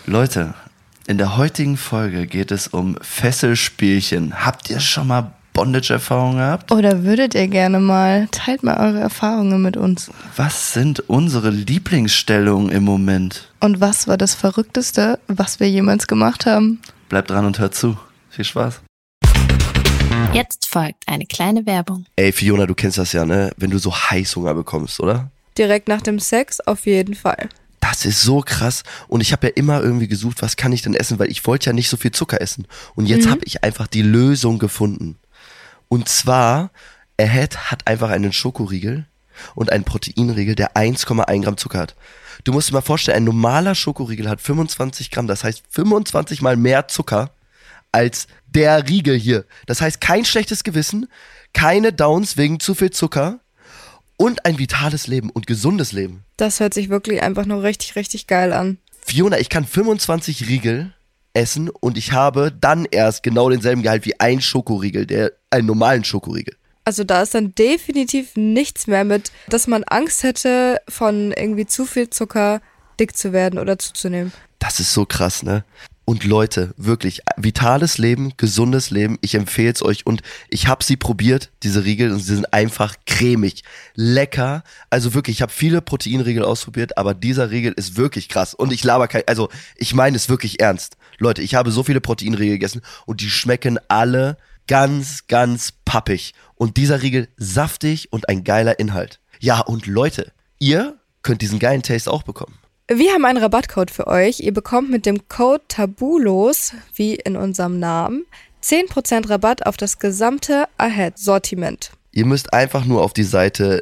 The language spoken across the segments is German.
Leute, in der heutigen Folge geht es um Fesselspielchen. Habt ihr schon mal Bondage-Erfahrungen gehabt? Oder würdet ihr gerne mal? Teilt mal eure Erfahrungen mit uns. Was sind unsere Lieblingsstellungen im Moment? Und was war das Verrückteste, was wir jemals gemacht haben? Bleibt dran und hört zu. Viel Spaß. Jetzt folgt eine kleine Werbung. Ey, Fiona, du kennst das ja, ne? Wenn du so Heißhunger bekommst, oder? Direkt nach dem Sex auf jeden Fall. Das ist so krass. Und ich habe ja immer irgendwie gesucht, was kann ich denn essen, weil ich wollte ja nicht so viel Zucker essen. Und jetzt habe ich einfach die Lösung gefunden. Und zwar, Ahead hat einfach einen Schokoriegel und einen Proteinriegel, der 1,1 Gramm Zucker hat. Du musst dir mal vorstellen, ein normaler Schokoriegel hat 25 Gramm, das heißt 25 mal mehr Zucker als der Riegel hier. Das heißt, kein schlechtes Gewissen, keine Downs wegen zu viel Zucker und ein vitales Leben und gesundes Leben. Das hört sich wirklich einfach nur richtig, richtig geil an. Fiona, ich kann 25 Riegel essen und ich habe dann erst genau denselben Gehalt wie ein Schokoriegel, einen normalen Schokoriegel. Also da ist dann definitiv nichts mehr mit, dass man Angst hätte, von irgendwie zu viel Zucker dick zu werden oder zuzunehmen. Das ist so krass, ne? Und Leute, wirklich, vitales Leben, gesundes Leben, ich empfehle es euch und ich habe sie probiert, diese Riegel, und sie sind einfach cremig, lecker, also wirklich, ich habe viele Proteinriegel ausprobiert, aber dieser Riegel ist wirklich krass und ich laber ich meine es wirklich ernst. Leute, ich habe so viele Proteinriegel gegessen und die schmecken alle ganz, ganz pappig und dieser Riegel saftig und ein geiler Inhalt. Ja, und Leute, ihr könnt diesen geilen Taste auch bekommen. Wir haben einen Rabattcode für euch. Ihr bekommt mit dem Code TABULOS, wie in unserem Namen, 10% Rabatt auf das gesamte Ahead-Sortiment. Ihr müsst einfach nur auf die Seite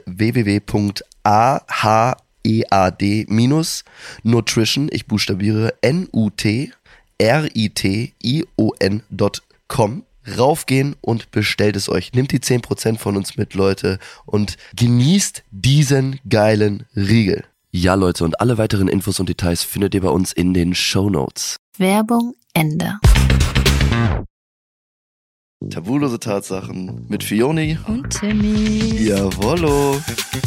www.ahead-nutrition, ich buchstabiere nutrition.com, raufgehen und bestellt es euch. Nehmt die 10% von uns mit, Leute, und genießt diesen geilen Riegel. Ja, Leute, und alle weiteren Infos und Details findet ihr bei uns in den Shownotes. Werbung Ende. Tabulose Tatsachen mit Fioni Und Timmy. Jawollo.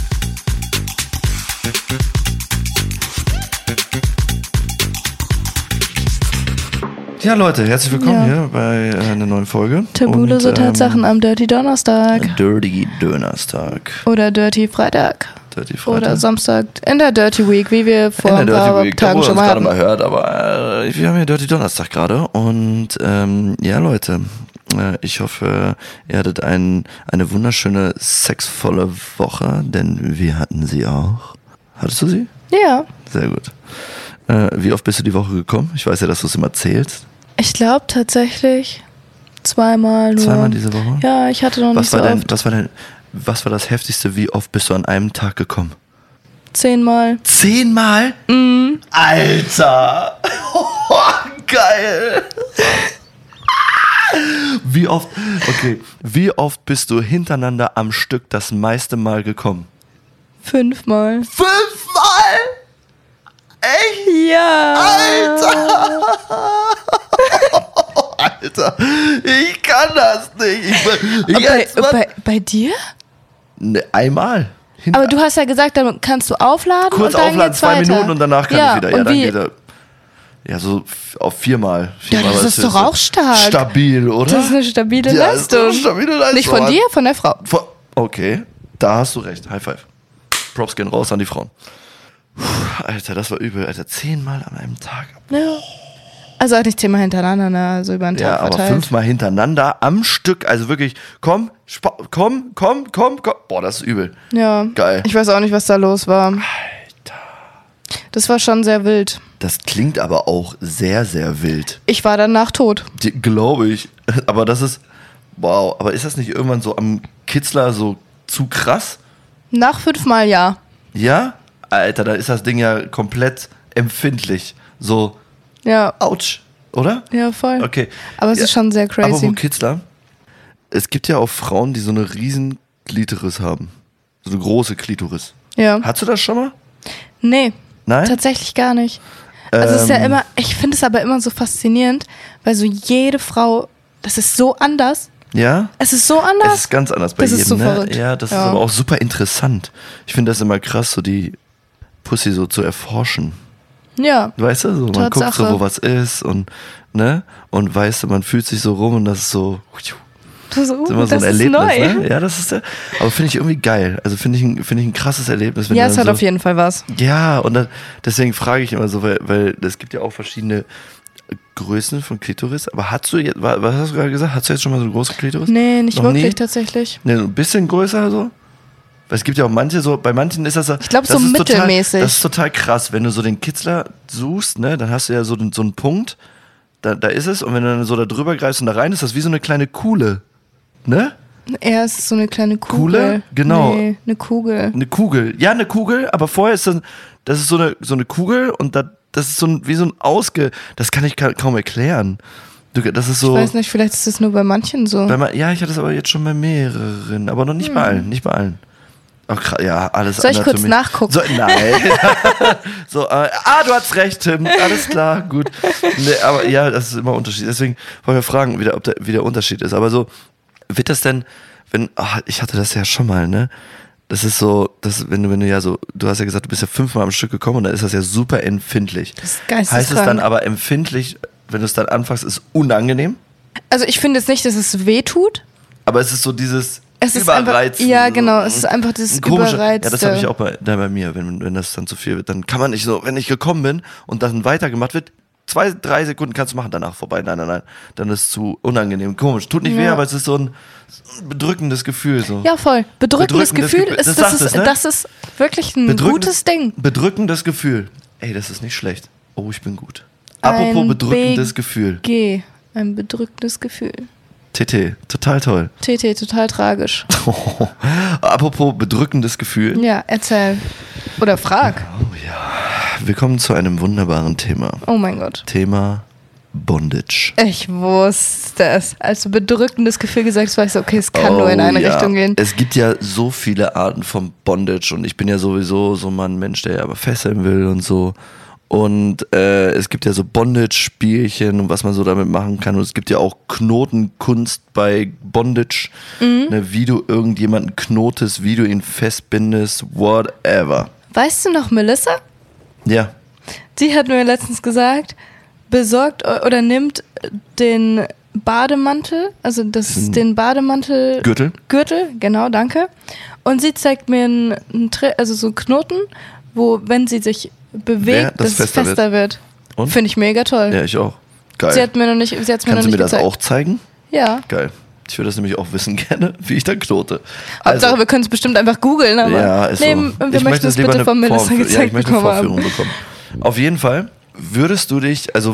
Ja, Leute, herzlich willkommen hier bei einer neuen Folge. Tabulose Tatsachen am Dirty Donnerstag. Dirty Dönerstag. Oder Dirty Freitag. Dirty Freitag. Oder Samstag in der Dirty Week, wie wir vor ein paar Tagen schon mal hatten. Mal hört, aber wir haben hier Dirty Donnerstag gerade und ja, Leute, ich hoffe, ihr hattet eine wunderschöne, sexvolle Woche, denn wir hatten sie auch. Hattest du sie? Ja. Sehr gut. Wie oft bist du die Woche gekommen? Ich weiß ja, dass du es immer zählst. Ich glaube tatsächlich zweimal nur. Zweimal diese Woche? Ja, ich hatte noch nicht so oft. Was war das Heftigste? Wie oft bist du an einem Tag gekommen? 10-mal. 10-mal? Mhm. Alter! Geil! Wie oft bist du hintereinander am Stück das meiste Mal gekommen? 5-mal. 5-mal? Echt? Ja. Alter, ich kann das nicht. Bei dir? Ne, einmal. Aber du hast ja gesagt, dann kannst du aufladen Kurz und dann aufladen, geht's 2 weiter. Minuten und danach kann ich wieder. Ja, dann geht er. Ja, so auf 4-mal. Ja, das ist doch auch stark. Stabil, oder? Das ist eine stabile Leistung. Das ist eine stabile Leistung. Nicht von dir, von der Frau. Okay, da hast du recht. High five. Props gehen raus an die Frauen. Alter, das war übel. Alter, 10-mal an einem Tag. Ja. Also auch nicht 10-mal hintereinander, ne? Also über den Tag verteilt. Ja, aber 5-mal hintereinander am Stück. Also wirklich, komm. Boah, das ist übel. Ja. Geil. Ich weiß auch nicht, was da los war. Alter. Das war schon sehr wild. Das klingt aber auch sehr, sehr wild. Ich war danach tot. Glaube ich. Aber das ist, wow. Aber ist das nicht irgendwann so am Kitzler so zu krass? Nach 5-mal ja. Ja? Alter, da ist das Ding ja komplett empfindlich. So, ja. Autsch, oder? Ja, voll. Okay. Aber es ist schon sehr crazy. Aber wo Kitzler? Es gibt ja auch Frauen, die so eine riesen Klitoris haben. So eine große Klitoris. Ja. Hattest du das schon mal? Nee. Nein? Tatsächlich gar nicht. Also es ist ja immer, ich finde es aber immer so faszinierend, weil so jede Frau, das ist so anders. Ja? Es ist so anders. Es ist ganz anders bei das jedem, ist so ne? verrückt. Ja, das ist aber auch super interessant. Ich finde das immer krass, so die Pussy so zu erforschen. Ja. Weißt du, so, man Tatsache. guckt so, wo was ist und, ne? Und weißt du, man fühlt sich so rum und das ist so, Das ist immer so ein das Erlebnis, ist neu. ne? Ja, das ist aber finde ich irgendwie geil. Also finde ich ein krasses Erlebnis. Wenn Ja, du es dann hat so, auf jeden Fall was. Ja, und deswegen frage ich immer so, weil es gibt ja auch verschiedene Größen von Klitoris. Aber hast du jetzt, was hast du gerade gesagt? Hast du jetzt schon mal so eine große Klitoris? Nee, nicht Noch wirklich nie? tatsächlich. Ne, so ein bisschen größer so? Weil es gibt ja auch manche so, bei manchen ist das Ich glaube, so das ist mittelmäßig. Das ist total krass, wenn du so den Kitzler suchst, ne, dann hast du ja so einen Punkt, da ist es, und wenn du dann so da drüber greifst und da rein, ist das wie so eine kleine Kuhle, ne? Er ist so eine kleine Kugel. Kuhle? Genau. Nee, eine Kugel. Eine Kugel, ja, eine Kugel, aber vorher ist das ist so eine Kugel und das ist wie so ein das kann ich kaum erklären. Das ist so. Ich weiß nicht, vielleicht ist es nur bei manchen so. Ja, ich hatte es aber jetzt schon bei mehreren, aber noch nicht bei allen, nicht bei allen. Ach, ja, alles Soll ich kurz Anatomie. nachgucken? Nein. So, du hast recht, Tim. Alles klar, gut. Nee, aber ja, das ist immer Unterschied. Deswegen wollen wir fragen, wie der Unterschied ist. Aber so, wird das denn, ich hatte das ja schon mal, ne? Das ist so, wenn du ja so, du hast ja gesagt, du bist ja 5-mal am Stück gekommen und dann ist das ja super empfindlich. Das ist geisteskrank. Heißt es dann aber empfindlich, wenn du es dann anfängst, ist unangenehm? Also ich finde jetzt nicht, dass es weh tut. Aber es ist so dieses Es ist einfach, Überreizen. ja, genau, es ist einfach dieses Überreizte. Ja, das habe ich auch bei mir, wenn das dann zu viel wird. Dann kann man nicht so, wenn ich gekommen bin und dann weitergemacht wird, 2-3 Sekunden kannst du machen, danach vorbei. Nein. Dann ist es zu unangenehm. Komisch. Tut nicht weh, aber es ist so ein bedrückendes Gefühl. So. Ja, voll. Bedrückendes Gefühl ist, ne? das ist wirklich ein gutes Ding. Bedrückendes Gefühl. Ey, das ist nicht schlecht. Oh, ich bin gut. Apropos bedrückendes Gefühl. Ein bedrückendes Gefühl. TT, total toll. TT, total tragisch. Apropos bedrückendes Gefühl. Ja, erzähl. Oder frag. Oh ja. Wir kommen zu einem wunderbaren Thema. Oh mein Gott. Thema Bondage. Ich wusste es. Als du bedrückendes Gefühl gesagt hast, war ich so, okay, es kann nur in eine Richtung gehen. Es gibt ja so viele Arten von Bondage und ich bin ja sowieso so mal ein Mensch, der aber fesseln will und so. Und es gibt ja so Bondage-Spielchen und was man so damit machen kann. Und es gibt ja auch Knotenkunst bei Bondage. Ne, wie du irgendjemanden knotest, wie du ihn festbindest, whatever. Weißt du noch, Melissa? Ja. Die hat mir letztens gesagt, besorgt oder nimmt den Bademantel, also den Bademantel... Gürtel, genau, danke. Und sie zeigt mir so einen Knoten, wo, wenn sie sich bewegt, dass es fester wird. Finde ich mega toll. Ja, ich auch. Geil. Sie hat mir noch nicht gezeigt. Kannst du mir das auch zeigen? Ja. Geil. Ich würde das nämlich auch wissen gerne, wie ich dann knote. Hauptsache, wir können es bestimmt einfach googeln, aber ja, ist so. Wir möchten es bitte von Melissa gezeigt bekommen haben. Bekommen. Auf jeden Fall, würdest du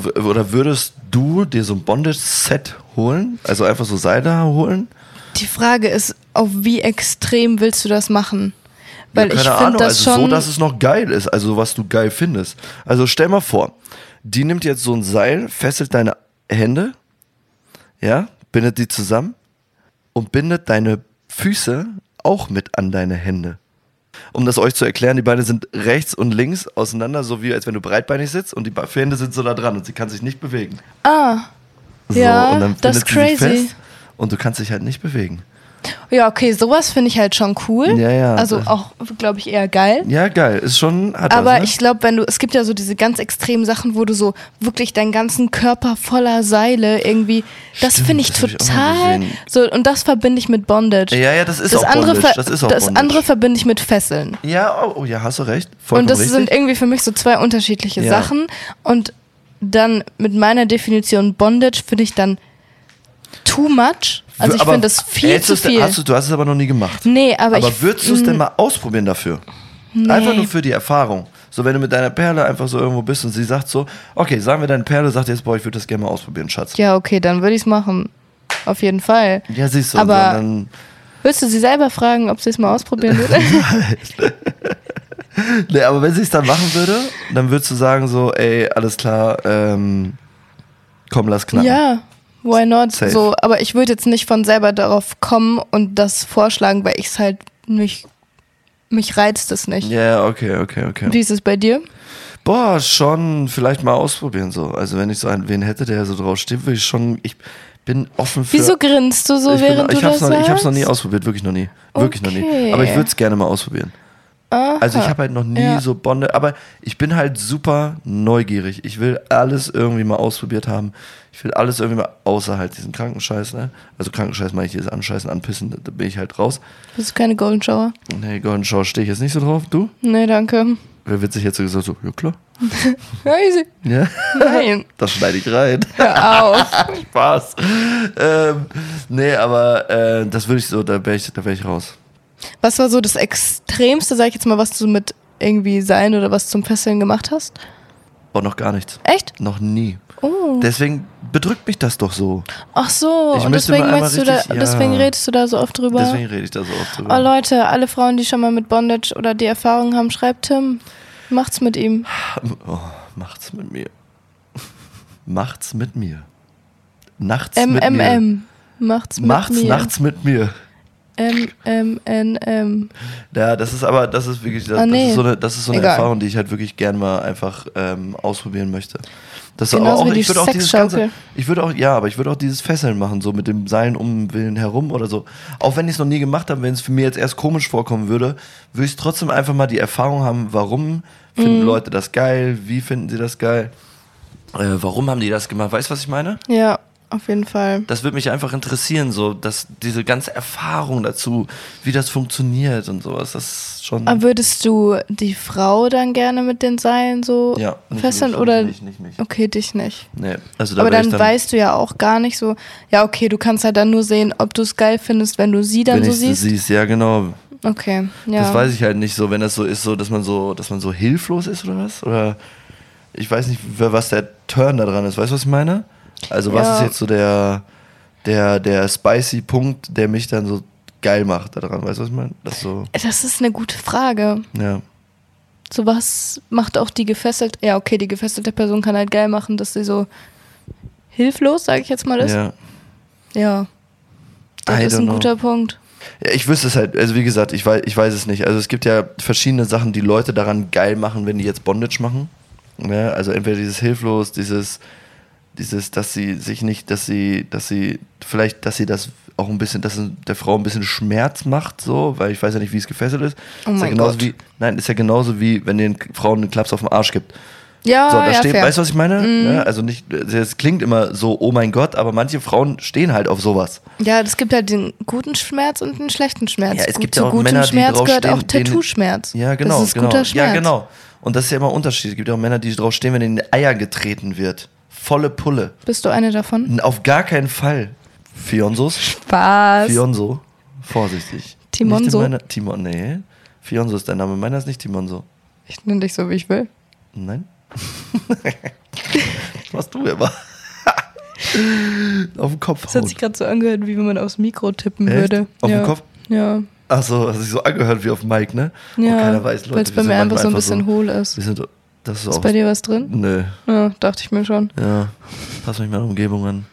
dir so ein Bondage-Set holen? Also einfach so Seile holen? Die Frage ist, auf wie extrem willst du das machen? Weil ja, keine Ahnung, also so, dass es noch geil ist, also was du geil findest. Also stell mal vor, die nimmt jetzt so ein Seil, fesselt deine Hände, ja, bindet die zusammen und bindet deine Füße auch mit an deine Hände. Um das euch zu erklären, die Beine sind rechts und links auseinander, so wie als wenn du breitbeinig sitzt und die Hände sind so da dran und sie kann sich nicht bewegen. So, ja, und dann das ist bindet sie crazy. sich fest und du kannst dich halt nicht bewegen. Ja, okay, sowas finde ich halt schon cool. Ja. Also auch, glaube ich, eher geil. Ja, geil. Ist schon, hat aber was, ne? ich glaube, es gibt ja so diese ganz extremen Sachen, wo du so wirklich deinen ganzen Körper voller Seile irgendwie, das finde ich das hab ich auch mal total, gesehen. so, und das verbinde ich mit Bondage. Ja, das ist auch Bondage. Das andere verbinde ich mit Fesseln. Ja, oh ja, hast du recht. Vollkommen Und das richtig. sind irgendwie für mich so zwei unterschiedliche Sachen. Und dann mit meiner Definition Bondage finde ich dann too much. Also ich finde das viel zu viel. Du hast es aber noch nie gemacht. Nee, aber würdest du es denn mal ausprobieren dafür? Nee. Einfach nur für die Erfahrung. So, wenn du mit deiner Perle einfach so irgendwo bist und sie sagt so, okay, sagen wir, deine Perle sagt jetzt, boah, ich würde das gerne mal ausprobieren, Schatz. Ja, okay, dann würde ich es machen. Auf jeden Fall. Ja, siehst du. Aber dann willst du sie selber fragen, ob sie es mal ausprobieren würde? nee, aber wenn sie es dann machen würde, dann würdest du sagen so, ey, alles klar, komm, lass knacken. Ja, why not? Safe. So, aber ich würde jetzt nicht von selber darauf kommen und das vorschlagen, weil ich es halt mich reizt es nicht. Ja, okay. Wie ist es bei dir? Boah, schon vielleicht mal ausprobieren so. Also wenn ich so wen hätte, der so drauf steht, würde ich schon, ich bin offen für... Wieso grinst du so, während du das sagst? Ich hab's noch nie ausprobiert, wirklich noch nie. Wirklich noch nie. Aber ich würde es gerne mal ausprobieren. Aha. Also ich habe halt noch nie so Bondage, aber ich bin halt super neugierig. Ich will alles irgendwie mal ausprobiert haben. Ich will alles irgendwie mal außer halt diesen Krankenscheiß, ne? Also Krankenscheiß meine ich, dieses Anscheißen, Anpissen, da bin ich halt raus. Das ist keine Golden Shower. Nee, Golden Shower stehe ich jetzt nicht so drauf. Du? Nee, danke. Wer witzig jetzt so gesagt, so, ja klar. Ja, easy. Ja? Nein. Das schneide ich rein. Hör auf. Spaß. Nee, aber das würde ich so, da wäre ich raus. Was war so das Extremste, sag ich jetzt mal, was du mit irgendwie Seilen oder was zum Fesseln gemacht hast? Oh, noch gar nichts. Echt? Noch nie. Oh. Deswegen bedrückt mich das doch so. Ach so, Ich und müsste deswegen, mal einmal richtig- deswegen redest du da so oft drüber? Deswegen rede ich da so oft drüber. Oh Leute, alle Frauen, die schon mal mit Bondage oder die Erfahrung haben, schreibt Tim. Macht's mit ihm. Oh, macht's mit mir. Macht's mit mir. Nachts mit mir. MMM. Macht's mit mir. Nachts mit mir. MMNM. Ja, das ist wirklich, das ist so eine Egal. Erfahrung, die ich halt wirklich gern mal einfach ausprobieren möchte. Das ist Genauso aber auch, wie die ich würde auch dieses Sexschaukel. ganze, aber ich würde auch dieses Fesseln machen, so mit dem Seilen um den Willen herum oder so. Auch wenn ich es noch nie gemacht habe, wenn es für mich jetzt erst komisch vorkommen würde ich trotzdem einfach mal die Erfahrung haben, warum finden Leute das geil, wie finden sie das geil, warum haben die das gemacht, weißt du, was ich meine? Ja, auf jeden Fall. Das würde mich einfach interessieren, so, dass diese ganze Erfahrung dazu, wie das funktioniert und sowas, das ist schon... Aber würdest du die Frau dann gerne mit den Seilen so Ja, nicht fesseln mich, oder? nicht mich. Okay, dich nicht. Nee, also da Aber wär dann, ich weißt du ja auch gar nicht so, ja okay, du kannst halt dann nur sehen, ob du es geil findest, wenn du sie dann wenn so ich sie siehst. siehst, ja genau. Okay, ja. Das weiß ich halt nicht so, wenn das so ist, so dass man so hilflos ist oder was? Oder ich weiß nicht, was der Turn da dran ist. Weißt du, was ich meine? Also was Ja. ist jetzt so der spicy Punkt, der mich dann so geil macht da dran? Weißt du, was ich meine? Das ist eine gute Frage. Ja. So was macht auch die gefesselte, ja okay, die gefesselte Person kann halt geil machen, dass sie so hilflos, sage ich jetzt mal, ist. Ja. Ja. Das I ist don't ein know. guter Punkt. Ja, ich wüsste es halt, also wie gesagt, ich weiß es nicht. Also es gibt ja verschiedene Sachen, die Leute daran geil machen, wenn die jetzt Bondage machen. Ja, also entweder dieses hilflos, dieses, dass sie sich nicht, dass sie das auch ein bisschen, dass es der Frau ein bisschen Schmerz macht, so, weil ich weiß ja nicht, wie es gefesselt ist. Oh Ist ja mein genauso Gott. ist ja genauso wie, wenn den Frauen einen Klaps auf den Arsch gibt. Ja, So, da ja, steht, fair. weißt du, was ich meine? Ja, also nicht, es klingt immer so, oh mein Gott, aber manche Frauen stehen halt auf sowas. Ja, es gibt halt den guten Schmerz und den schlechten Schmerz. Ja, es gibt Zu ja auch gutem Männer, die Schmerz drauf gehört stehen, auch Tattoo-Schmerz. Ja, genau. Das ist genau. guter Schmerz. Ja, genau. Und das ist ja immer ein Unterschied. Es gibt ja auch Männer, die drauf stehen, wenn in die Eier getreten wird. Volle Pulle. Bist du eine davon? Auf gar keinen Fall. Fionsos. Spaß. Fionso. Vorsichtig. Timonso? Nee. Fionso ist dein Name. Meiner ist nicht Timonso. Ich nenne dich so, wie ich will. Nein. Was machst du immer? Auf den Kopf Das hat hauen. sich gerade so angehört, wie wenn man aufs Mikro tippen Echt? würde. Auf ja. den Kopf? Ja. Achso, hat sich so angehört wie auf Mike, ne? Und Ja, keiner weiß, Leute, weil es wir bei sind mir einfach so ein manchmal bisschen hohl ist. Wir sind, das ist Ist auch... bei dir was drin? Nö. Ja, dachte ich mir schon. Ja, pass mich meine Umgebung an.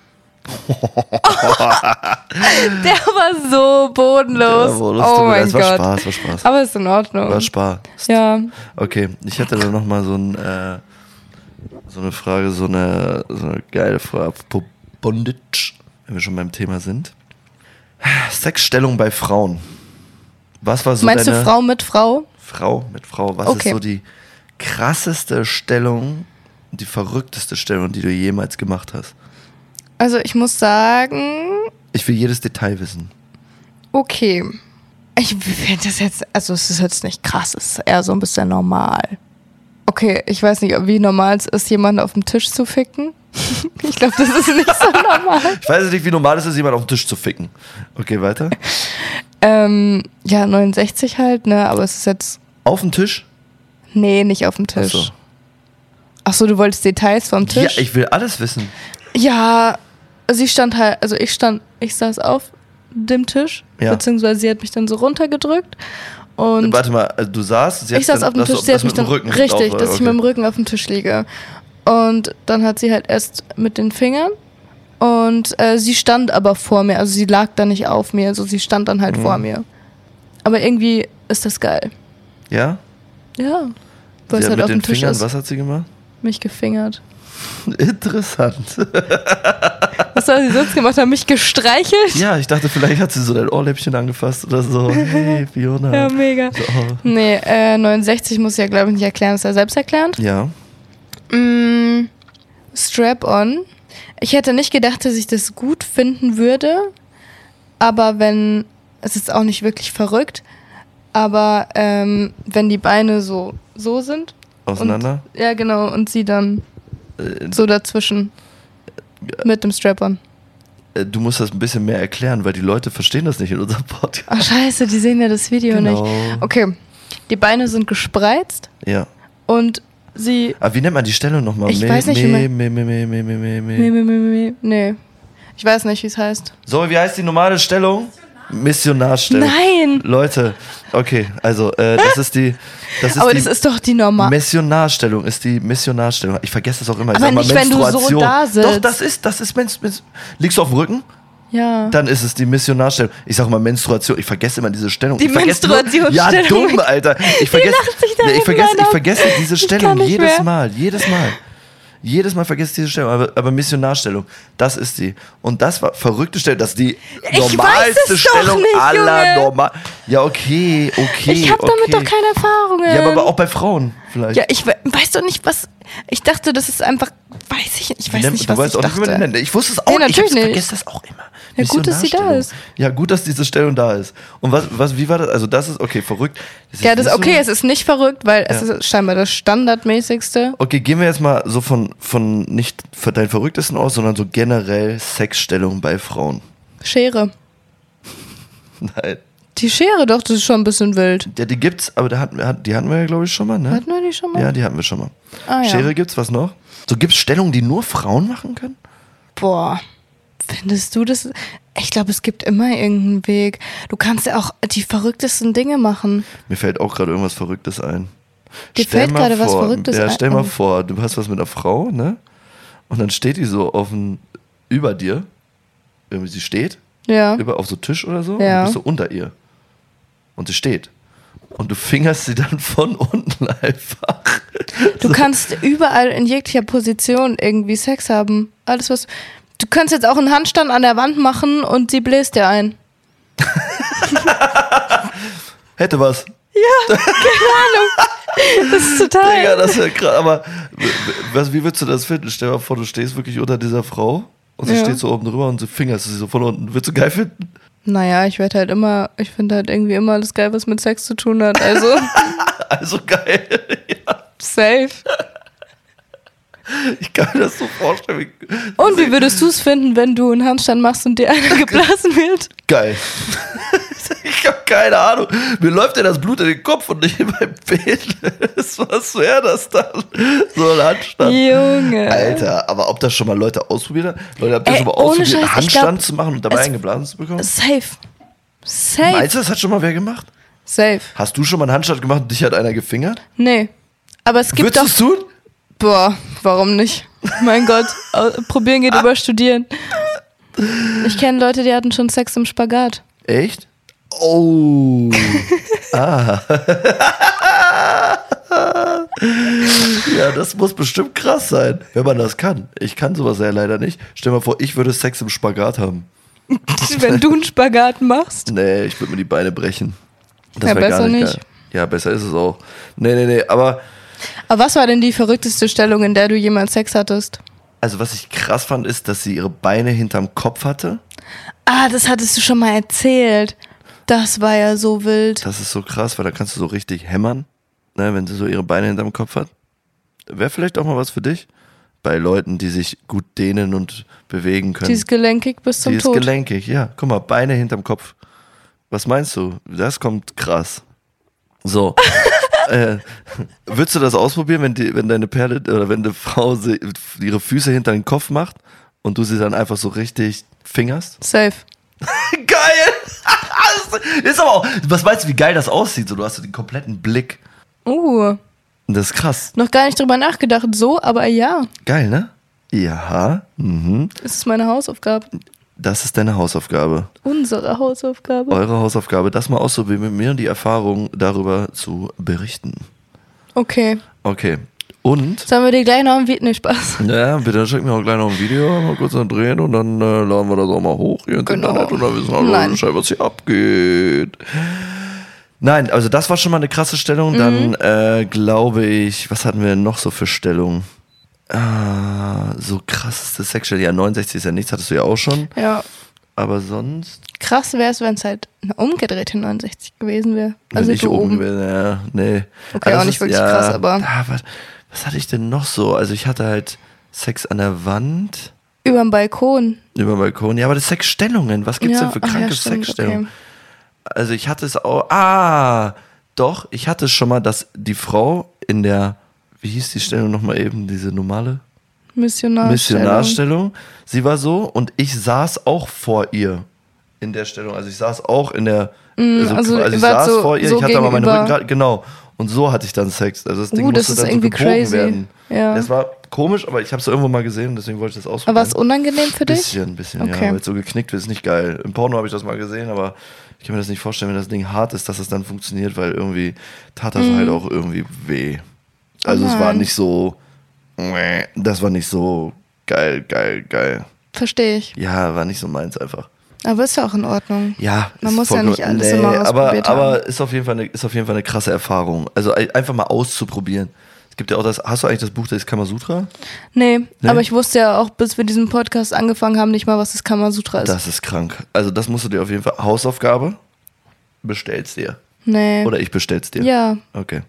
Der war so bodenlos. Oh mein Es war Gott. Spaß, war Spaß. Aber ist in Ordnung. War Spaß. Ja. Okay, ich hätte da nochmal so eine Frage, so eine geile Frage. Apropos Bondage, wenn wir schon beim Thema sind. Sexstellung bei Frauen. Was war so Meinst deine... du Frau mit Frau? Frau mit Frau. Was Okay. ist so die krasseste Stellung, die verrückteste Stellung, die du jemals gemacht hast? Also ich muss sagen, Ich will jedes Detail wissen. okay. Ich finde das jetzt, also es ist jetzt nicht krass, es ist eher so ein bisschen normal. Okay, ich weiß nicht, wie normal es ist, jemanden auf dem Tisch zu ficken. Ich glaube, das ist nicht so normal. Ich weiß nicht, wie normal es ist, jemanden auf den Tisch zu ficken. Okay, weiter. Ja, 69 halt, ne, aber es ist jetzt, Auf den Tisch? nee, nicht auf dem Tisch. Achso. Ach so, du wolltest Details vom Ja, Tisch? ich will alles wissen. Ja, sie stand halt, also ich saß auf dem Tisch, Ja. beziehungsweise sie hat mich dann so runtergedrückt und Warte mal, also du saßt, sie hat ich saß dann auf dem Tisch, sie hat mich dann, richtig, dass ich mit dem Rücken auf dem Tisch liege. Und dann hat sie halt erst mit den Fingern und sie stand aber vor mir, also sie lag da nicht auf mir, also sie stand dann halt vor mir. Aber irgendwie ist das geil. Ja? Ja, weil Sie es hat halt mit auf den dem Tisch Fingern, ist. was hat sie gemacht? Mich gefingert. Interessant. Was soll sie sonst gemacht haben? Mich gestreichelt? Ja, ich dachte, vielleicht hat sie so dein Ohrläppchen angefasst oder so. Hey, Fiona. Ja, mega. So, oh. Nee, 69 muss ich ja, glaube ich, nicht erklären. Ist ja selbsterklärend. Ja. Strap-on. Ich hätte nicht gedacht, dass ich das gut finden würde. Aber es ist auch nicht wirklich verrückt, aber wenn die Beine so sind. Auseinander? Und, ja, genau. Und sie dann so dazwischen mit dem Strap-on. Du musst das ein bisschen mehr erklären, weil die Leute verstehen das nicht in unserem Podcast. Ach scheiße, die sehen ja das Video nicht. Okay, die Beine sind gespreizt. Ja. Und sie... Aber wie nennt man die Stellung nochmal? Ich weiß nicht, wie Nee. Ich weiß nicht, wie es heißt. So, wie heißt die normale Stellung? Missionarstellung. Nein! Leute, okay, also das ist aber das ist doch die normale. Missionarstellung ist die Missionarstellung. Ich vergesse das auch immer. Aber nicht, wenn du so da sitzt. Doch, das ist liegst du auf dem Rücken? Ja. Dann ist es die Missionarstellung. Ich sag mal Menstruation. Ich vergesse immer diese Stellung. Die Menstruationsstellung. Ja, dumm, Alter. Ich vergesse diese Stellung jedes Mal. Jedes Mal vergesse ich diese Stellung, aber Missionarstellung, das ist die. Und das war verrückte Stellung, das ist die normalste Stellung aller normal. Ja, okay. Ich habe damit doch keine Erfahrungen. Ja, aber auch bei Frauen vielleicht. Ja, ich weiß doch nicht, was. Ich dachte, das ist einfach. Weiß ich nicht, was ich dachte. Nicht, wie man nennt. Ich wusste es auch nicht. Ich vergesse das auch immer. Ja, gut, dass sie da ist. Ja, gut, dass diese Stellung da ist. Und wie war das? Also, das ist, okay, verrückt. Ja, das ist okay, es ist nicht verrückt, weil es ist scheinbar das Standardmäßigste. Okay, gehen wir jetzt mal so von nicht für deinen Verrücktesten aus, sondern so generell Sexstellung bei Frauen. Schere. Nein. Die Schere, doch, das ist schon ein bisschen wild. Ja, die gibt's, aber die hatten wir ja, glaube ich, schon mal, ne? Hatten wir die schon mal? Ja, die hatten wir schon mal. Ah, ja. Schere gibt's, was noch? So, gibt's Stellungen, die nur Frauen machen können? Boah, findest du das? Ich glaube, es gibt immer irgendeinen Weg. Du kannst ja auch die verrücktesten Dinge machen. Mir fällt auch gerade irgendwas Verrücktes ein. Dir fällt gerade was Verrücktes ein? Ja, stell mal vor, du hast was mit einer Frau, ne? Und dann steht die so über dir. Irgendwie sie steht. Ja. Auf so Tisch oder so. Ja. Und du bist so unter ihr. Und sie steht. Und du fingerst sie dann von unten einfach. Du kannst überall in jeglicher Position irgendwie Sex haben. Alles was. Du kannst jetzt auch einen Handstand an der Wand machen und sie bläst dir ein. Hätte was. Ja, keine Ahnung. Das ist total. Digga, das wäre krass. Aber wie würdest du das finden? Stell dir mal vor, du stehst wirklich unter dieser Frau und sie steht so oben drüber und du fingerst sie so von unten. Würdest du geil finden? Naja, ich finde halt irgendwie immer alles geil, was mit Sex zu tun hat. Also. Also geil. Ja. Safe. Ich kann mir das so vorstellen. Und wie würdest du es finden, wenn du einen Handstand machst und dir einer geblasen wird? Geil. Ich habe keine Ahnung. Mir läuft ja das Blut in den Kopf und nicht in mein Penis. Was wäre das dann? So ein Handstand. Junge. Alter, aber ob das schon mal Leute ausprobiert haben? Leute, habt ihr schon mal ausprobiert, einen Handstand zu machen und dabei einen geblasen zu bekommen? Safe. Meinst du, das hat schon mal wer gemacht? Safe. Hast du schon mal einen Handstand gemacht und dich hat einer gefingert? Nee. Aber es gibt Würdest du es tun? Boah, warum nicht? Mein Gott, probieren geht über studieren. Ich kenne Leute, die hatten schon Sex im Spagat. Echt? Oh. Ja, das muss bestimmt krass sein, wenn man das kann. Ich kann sowas ja leider nicht. Stell dir mal vor, ich würde Sex im Spagat haben. Wenn du einen Spagat machst? Nee, ich würde mir die Beine brechen. Das ja, besser gar nicht. Geil. Ja, besser ist es auch. Nee, aber was war denn die verrückteste Stellung, in der du jemals Sex hattest? Also was ich krass fand, ist, dass sie ihre Beine hinterm Kopf hatte. Ah, das hattest du schon mal erzählt. Das war ja so wild. Das ist so krass, weil da kannst du so richtig hämmern, ne, wenn sie so ihre Beine hinterm Kopf hat. Wäre vielleicht auch mal was für dich. Bei Leuten, die sich gut dehnen und bewegen können. Die ist gelenkig bis zum Tod. Die ist gelenkig, ja. Guck mal, Beine hinterm Kopf. Was meinst du? Das kommt krass. So. Würdest du das ausprobieren, wenn deine Perle oder wenn eine Frau ihre Füße hinter den Kopf macht und du sie dann einfach so richtig fingerst? Safe. Geil! Ist aber auch, was meinst du, wie geil das aussieht? So, du hast so den kompletten Blick. Das ist krass. Noch gar nicht drüber nachgedacht, so, aber ja. Geil, ne? Ja. Mhm. Das ist meine Hausaufgabe. Das ist deine Hausaufgabe. Unsere Hausaufgabe. Eure Hausaufgabe, das mal auszuprobieren, mit mir und die Erfahrung darüber zu berichten. Okay. Und? Sollen wir dir gleich noch ein Video? Nee, Spaß. Ja, bitte schick mir auch gleich noch ein Video, mal kurz drehen und dann laden wir das auch mal hoch hier ins Internet und dann wissen alle Bescheid, was hier abgeht. Nein, also das war schon mal eine krasse Stellung. Dann glaube ich, was hatten wir noch so für Stellungen? So krasseste Sexstellung. Ja, 69 ist ja nichts, hattest du ja auch schon. Ja. Aber sonst... Krass wäre es, wenn es halt eine umgedrehte 69 gewesen wäre. Also wenn ich oben wäre, ja, nee. Okay, auch nicht wirklich krass, aber... Was hatte ich denn noch so? Also ich hatte halt Sex an der Wand. Überm Balkon. Über dem Balkon, ja, aber das Sexstellungen. Was gibt's denn für kranke Sexstellungen? Okay. Also ich hatte es auch... Doch, ich hatte es schon mal, dass die Frau in der... Wie hieß die Stellung nochmal eben? Diese normale? Missionarstellung. Sie war so und ich saß auch vor ihr in der Stellung. Also ich saß auch in der... Also ich saß so, vor ihr, so ich hatte aber meinen Rücken gerade... Genau. Und so hatte ich dann Sex. Also das Ding musste dann so gebogen werden. Ja. Das war komisch, aber ich habe es irgendwo mal gesehen, deswegen wollte ich das ausprobieren. Aber war es unangenehm für dich? Bisschen, okay. Ja. Weil es so geknickt wird, ist nicht geil. Im Porno habe ich das mal gesehen, aber ich kann mir das nicht vorstellen, wenn das Ding hart ist, dass es dann funktioniert, weil irgendwie tat das halt auch irgendwie weh. Also es war nicht so... Das war nicht so geil. Verstehe ich. Ja, war nicht so meins einfach. Aber ist ja auch in Ordnung. Ja, man muss ja nicht alles immer ausprobiert haben. Aber ist auf jeden Fall eine krasse Erfahrung. Also einfach mal auszuprobieren. Es gibt ja auch hast du eigentlich das Buch des Kamasutra? Nee, aber ich wusste ja auch, bis wir diesen Podcast angefangen haben, nicht mal, was das Kamasutra ist. Das ist krank. Also das musst du dir auf jeden Fall, Hausaufgabe, bestell's dir. Nee. Oder ich bestell's dir. Ja. Okay.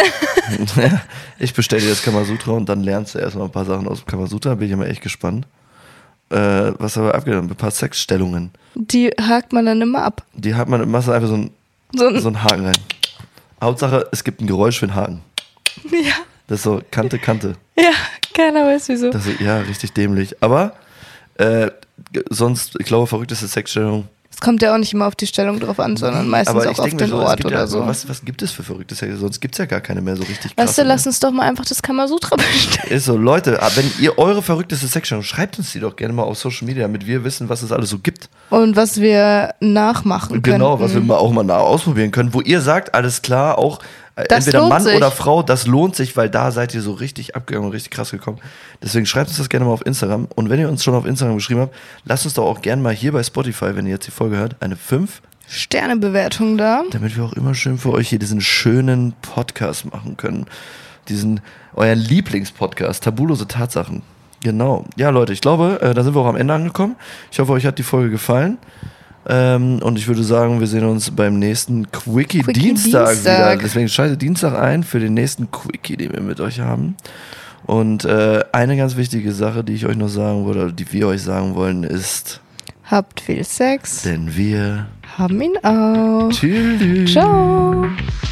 Ich bestell dir das Kamasutra und dann lernst du erstmal ein paar Sachen aus dem Kamasutra. Bin ich immer echt gespannt. Was haben wir abgenommen? Ein paar Sexstellungen. Die hakt man dann immer ab. Machst du einfach so einen Haken rein. Hauptsache, es gibt ein Geräusch für den Haken. Ja. Das ist so Kante. Ja, keiner weiß wieso. Das ist, ja, richtig dämlich. Aber sonst, ich glaube, verrückteste Sexstellung. Es kommt ja auch nicht immer auf die Stellung drauf an, sondern meistens auch auf den Ort oder so. Was gibt es für verrückte Sex? Sonst gibt es ja gar keine mehr so richtig krass. Weißt du, lass uns doch mal einfach das Kamasutra bestellen. Ist so, Leute, wenn ihr eure verrückteste Sexstellung, schreibt uns die doch gerne mal auf Social Media, damit wir wissen, was es alles so gibt. Und was wir nachmachen können. Genau, was wir auch mal ausprobieren können. Wo ihr sagt, alles klar, auch entweder Mann oder Frau, das lohnt sich, weil da seid ihr so richtig abgegangen und richtig krass gekommen. Deswegen schreibt uns das gerne mal auf Instagram. Und wenn ihr uns schon auf Instagram geschrieben habt, lasst uns doch auch gerne mal hier bei Spotify, wenn ihr jetzt die Folge hört, eine 5-Sterne-Bewertung da. Damit wir auch immer schön für euch hier diesen schönen Podcast machen können. Euren Lieblingspodcast, Tabulose Tatsachen. Genau. Ja, Leute, ich glaube, da sind wir auch am Ende angekommen. Ich hoffe, euch hat die Folge gefallen. Und ich würde sagen, wir sehen uns beim nächsten Quickie Dienstag wieder. Deswegen schaltet Dienstag ein für den nächsten Quickie, den wir mit euch haben. Und eine ganz wichtige Sache, die ich euch noch sagen würde, oder die wir euch sagen wollen, ist: Habt viel Sex. Denn wir haben ihn auch. Tschüss. Ciao.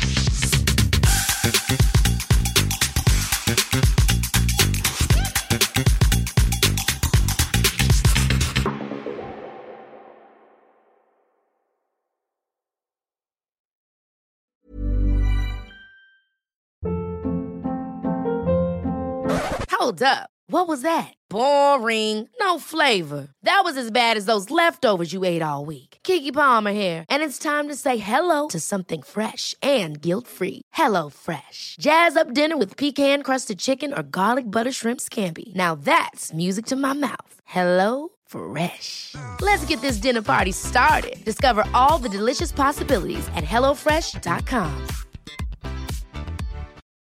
Hold up. What was that? Boring. No flavor. That was as bad as those leftovers you ate all week. Keke Palmer here. And it's time to say hello to something fresh and guilt-free. HelloFresh. Jazz up dinner with pecan-crusted chicken or garlic butter shrimp scampi. Now that's music to my mouth. HelloFresh. Let's get this dinner party started. Discover all the delicious possibilities at HelloFresh.com.